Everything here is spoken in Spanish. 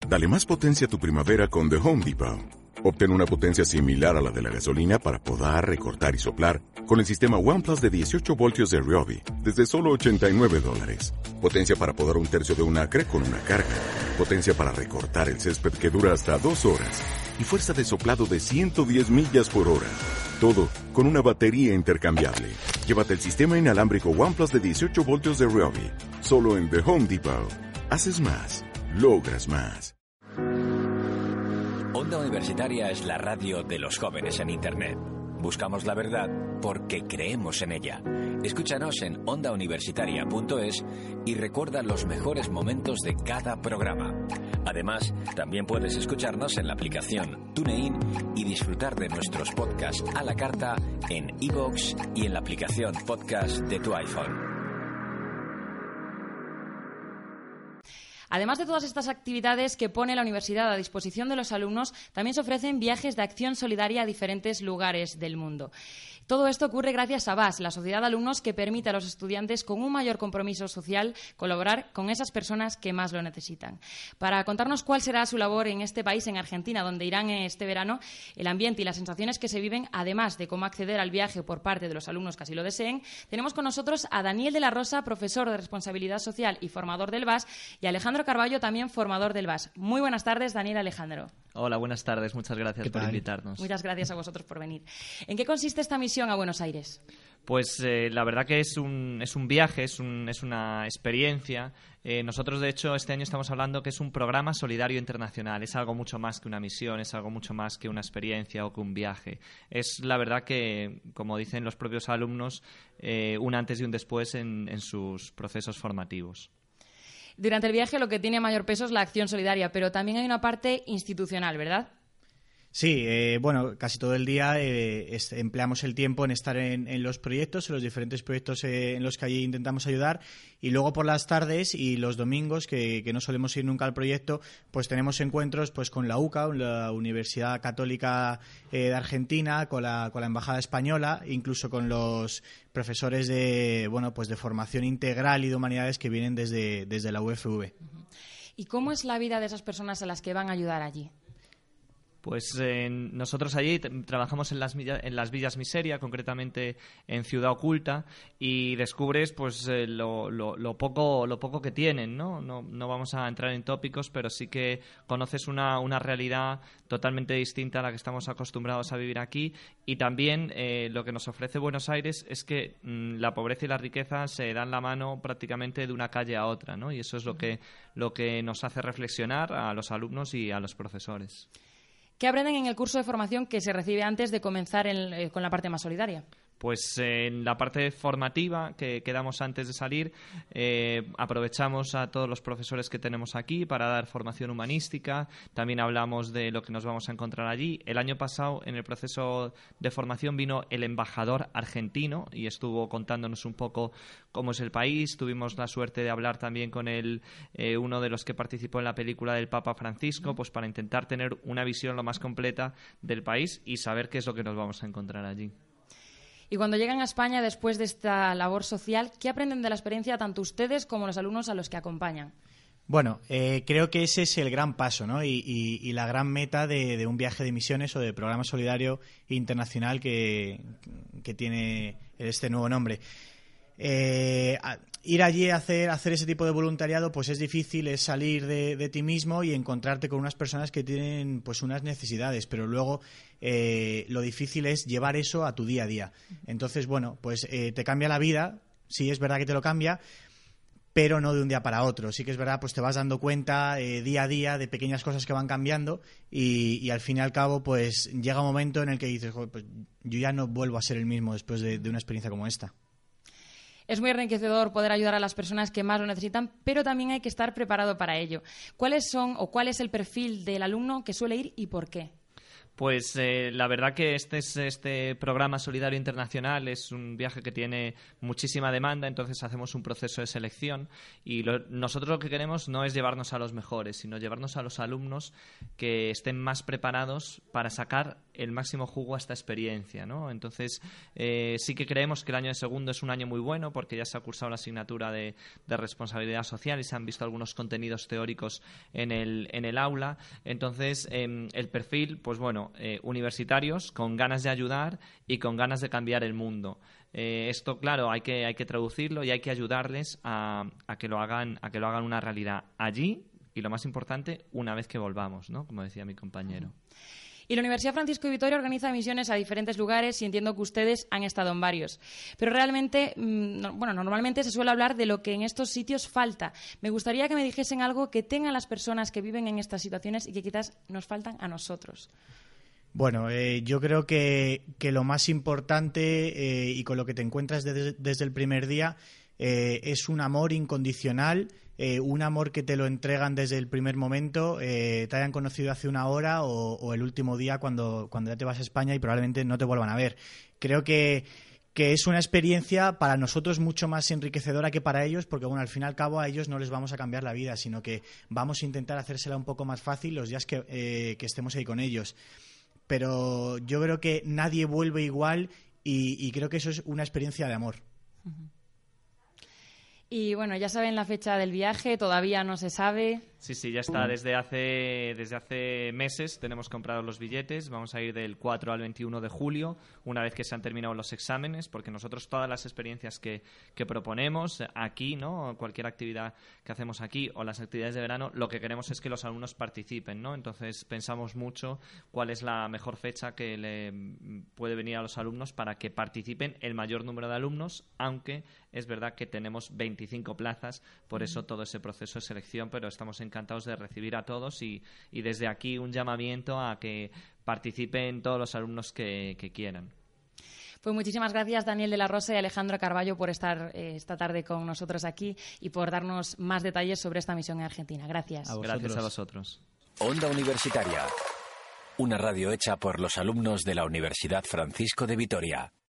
Dale más potencia a tu primavera con The Home Depot. Obtén una potencia similar a la de la gasolina para podar, recortar y soplar con el sistema OnePlus de 18 voltios de Ryobi desde solo $89. Potencia para podar un tercio de un acre con una carga. Potencia para recortar el césped que dura hasta 2 horas. Y fuerza de soplado de 110 millas por hora. Todo con una batería intercambiable. Llévate el sistema inalámbrico OnePlus de 18 voltios de Ryobi. Solo en The Home Depot. Haces más. Logras más. Onda Universitaria es la radio de los jóvenes en Internet. Buscamos la verdad porque creemos en ella. Escúchanos en ondauniversitaria.es y recuerda los mejores momentos de cada programa. Además, también puedes escucharnos en la aplicación TuneIn y disfrutar de nuestros podcasts a la carta en iVoox y en la aplicación podcast de tu iPhone. Además de todas estas actividades que pone la universidad a disposición de los alumnos, también se ofrecen viajes de acción solidaria a diferentes lugares del mundo. Todo esto ocurre gracias a VAS, la sociedad de alumnos que permite a los estudiantes con un mayor compromiso social colaborar con esas personas que más lo necesitan. Para contarnos cuál será su labor en este país, en Argentina, donde irán este verano, el ambiente y las sensaciones que se viven, además de cómo acceder al viaje por parte de los alumnos que así lo deseen, tenemos con nosotros a Daniel de la Rosa, profesor de Responsabilidad Social y formador del VAS, y Alejandro Carballo, también formador del VAS. Muy buenas tardes, Daniel, Alejandro. Hola, buenas tardes. Muchas gracias por invitarnos. Muchas gracias a vosotros por venir. ¿En qué consiste esta misión a Buenos Aires? Pues la verdad que es un viaje, es una experiencia. Nosotros, de hecho, este año estamos hablando que es un programa solidario internacional. Es algo mucho más que una misión, es algo mucho más que una experiencia o que un viaje. Es la verdad que, como dicen los propios alumnos, un antes y un después en sus procesos formativos. Durante el viaje lo que tiene mayor peso es la acción solidaria, pero también hay una parte institucional, ¿verdad? Sí, casi todo el día empleamos el tiempo en estar en los proyectos, en los diferentes proyectos en los que allí intentamos ayudar, y luego por las tardes y los domingos, que no solemos ir nunca al proyecto, pues tenemos encuentros pues con la UCA, la Universidad Católica de Argentina, con la Embajada Española, incluso con los profesores de formación integral y de humanidades que vienen desde la UFV. ¿Y cómo es la vida de esas personas a las que van a ayudar allí? Pues nosotros allí trabajamos en las villas miseria, concretamente en Ciudad Oculta, y descubres pues lo poco que tienen, ¿no? No vamos a entrar en tópicos, pero sí que conoces una realidad totalmente distinta a la que estamos acostumbrados a vivir aquí, y también lo que nos ofrece Buenos Aires es que la pobreza y la riqueza se dan la mano prácticamente de una calle a otra, ¿no? Y eso es lo que nos hace reflexionar a los alumnos y a los profesores. ¿Qué aprenden en el curso de formación que se recibe antes de comenzar con la parte más solidaria? Pues en la parte formativa que damos antes de salir, aprovechamos a todos los profesores que tenemos aquí para dar formación humanística. También hablamos de lo que nos vamos a encontrar allí. El año pasado, en el proceso de formación, vino el embajador argentino y estuvo contándonos un poco cómo es el país. Tuvimos la suerte de hablar también con uno de los que participó en la película del Papa Francisco, pues para intentar tener una visión lo más completa del país y saber qué es lo que nos vamos a encontrar allí. Y cuando llegan a España, después de esta labor social, ¿qué aprenden de la experiencia tanto ustedes como los alumnos a los que acompañan? Bueno, creo que ese es el gran paso, ¿no? Y la gran meta de un viaje de misiones o de programa solidario internacional que tiene este nuevo nombre. Ir allí a hacer ese tipo de voluntariado pues es difícil, es salir de ti mismo y encontrarte con unas personas que tienen pues unas necesidades, pero luego lo difícil es llevar eso a tu día a día. Entonces, pues te cambia la vida, sí es verdad que te lo cambia, pero no de un día para otro. Sí que es verdad, pues te vas dando cuenta día a día de pequeñas cosas que van cambiando y al fin y al cabo pues llega un momento en el que dices, pues yo ya no vuelvo a ser el mismo después de una experiencia como esta. Es muy enriquecedor poder ayudar a las personas que más lo necesitan, pero también hay que estar preparado para ello. ¿Cuál es el perfil del alumno que suele ir y por qué? Pues la verdad que este programa solidario internacional es un viaje que tiene muchísima demanda, entonces hacemos un proceso de selección y nosotros lo que queremos no es llevarnos a los mejores, sino llevarnos a los alumnos que estén más preparados para sacar el máximo jugo a esta experiencia, ¿no? Entonces sí que creemos que el año de segundo es un año muy bueno porque ya se ha cursado la asignatura de responsabilidad social y se han visto algunos contenidos teóricos en el aula. Entonces el perfil, pues bueno, universitarios con ganas de ayudar y con ganas de cambiar el mundo. Esto, claro, hay que traducirlo y hay que ayudarles a que lo hagan una realidad allí y, lo más importante, una vez que volvamos, ¿no? Como decía mi compañero. Y la Universidad Francisco de Vitoria organiza misiones a diferentes lugares y entiendo que ustedes han estado en varios. Pero realmente, normalmente se suele hablar de lo que en estos sitios falta. Me gustaría que me dijesen algo que tengan las personas que viven en estas situaciones y que quizás nos faltan a nosotros. Bueno, yo creo que lo más importante y con lo que te encuentras desde el primer día es un amor incondicional, un amor que te lo entregan desde el primer momento, te hayan conocido hace una hora o el último día cuando ya te vas a España y probablemente no te vuelvan a ver. Creo que es una experiencia para nosotros mucho más enriquecedora que para ellos, porque bueno, al fin y al cabo a ellos no les vamos a cambiar la vida, sino que vamos a intentar hacérsela un poco más fácil los días que estemos ahí con ellos. Pero yo creo que nadie vuelve igual y creo que eso es una experiencia de amor. Uh-huh. Y bueno, ya saben la fecha del viaje, todavía no se sabe. Sí, ya está. Desde hace meses tenemos comprados los billetes. Vamos a ir del 4 al 21 de julio, una vez que se han terminado los exámenes, porque nosotros todas las experiencias que proponemos aquí, ¿no? Cualquier actividad que hacemos aquí o las actividades de verano, lo que queremos es que los alumnos participen, ¿no? Entonces pensamos mucho cuál es la mejor fecha que le puede venir a los alumnos para que participen el mayor número de alumnos, aunque es verdad que tenemos 25 plazas, por eso todo ese proceso de selección, pero estamos encantados de recibir a todos y desde aquí un llamamiento a que participen todos los alumnos que quieran. Pues muchísimas gracias, Daniel de la Rosa y Alejandro Carballo, por estar esta tarde con nosotros aquí y por darnos más detalles sobre esta misión en Argentina. Gracias. Gracias a vosotros. Onda Universitaria, una radio hecha por los alumnos de la Universidad Francisco de Vitoria.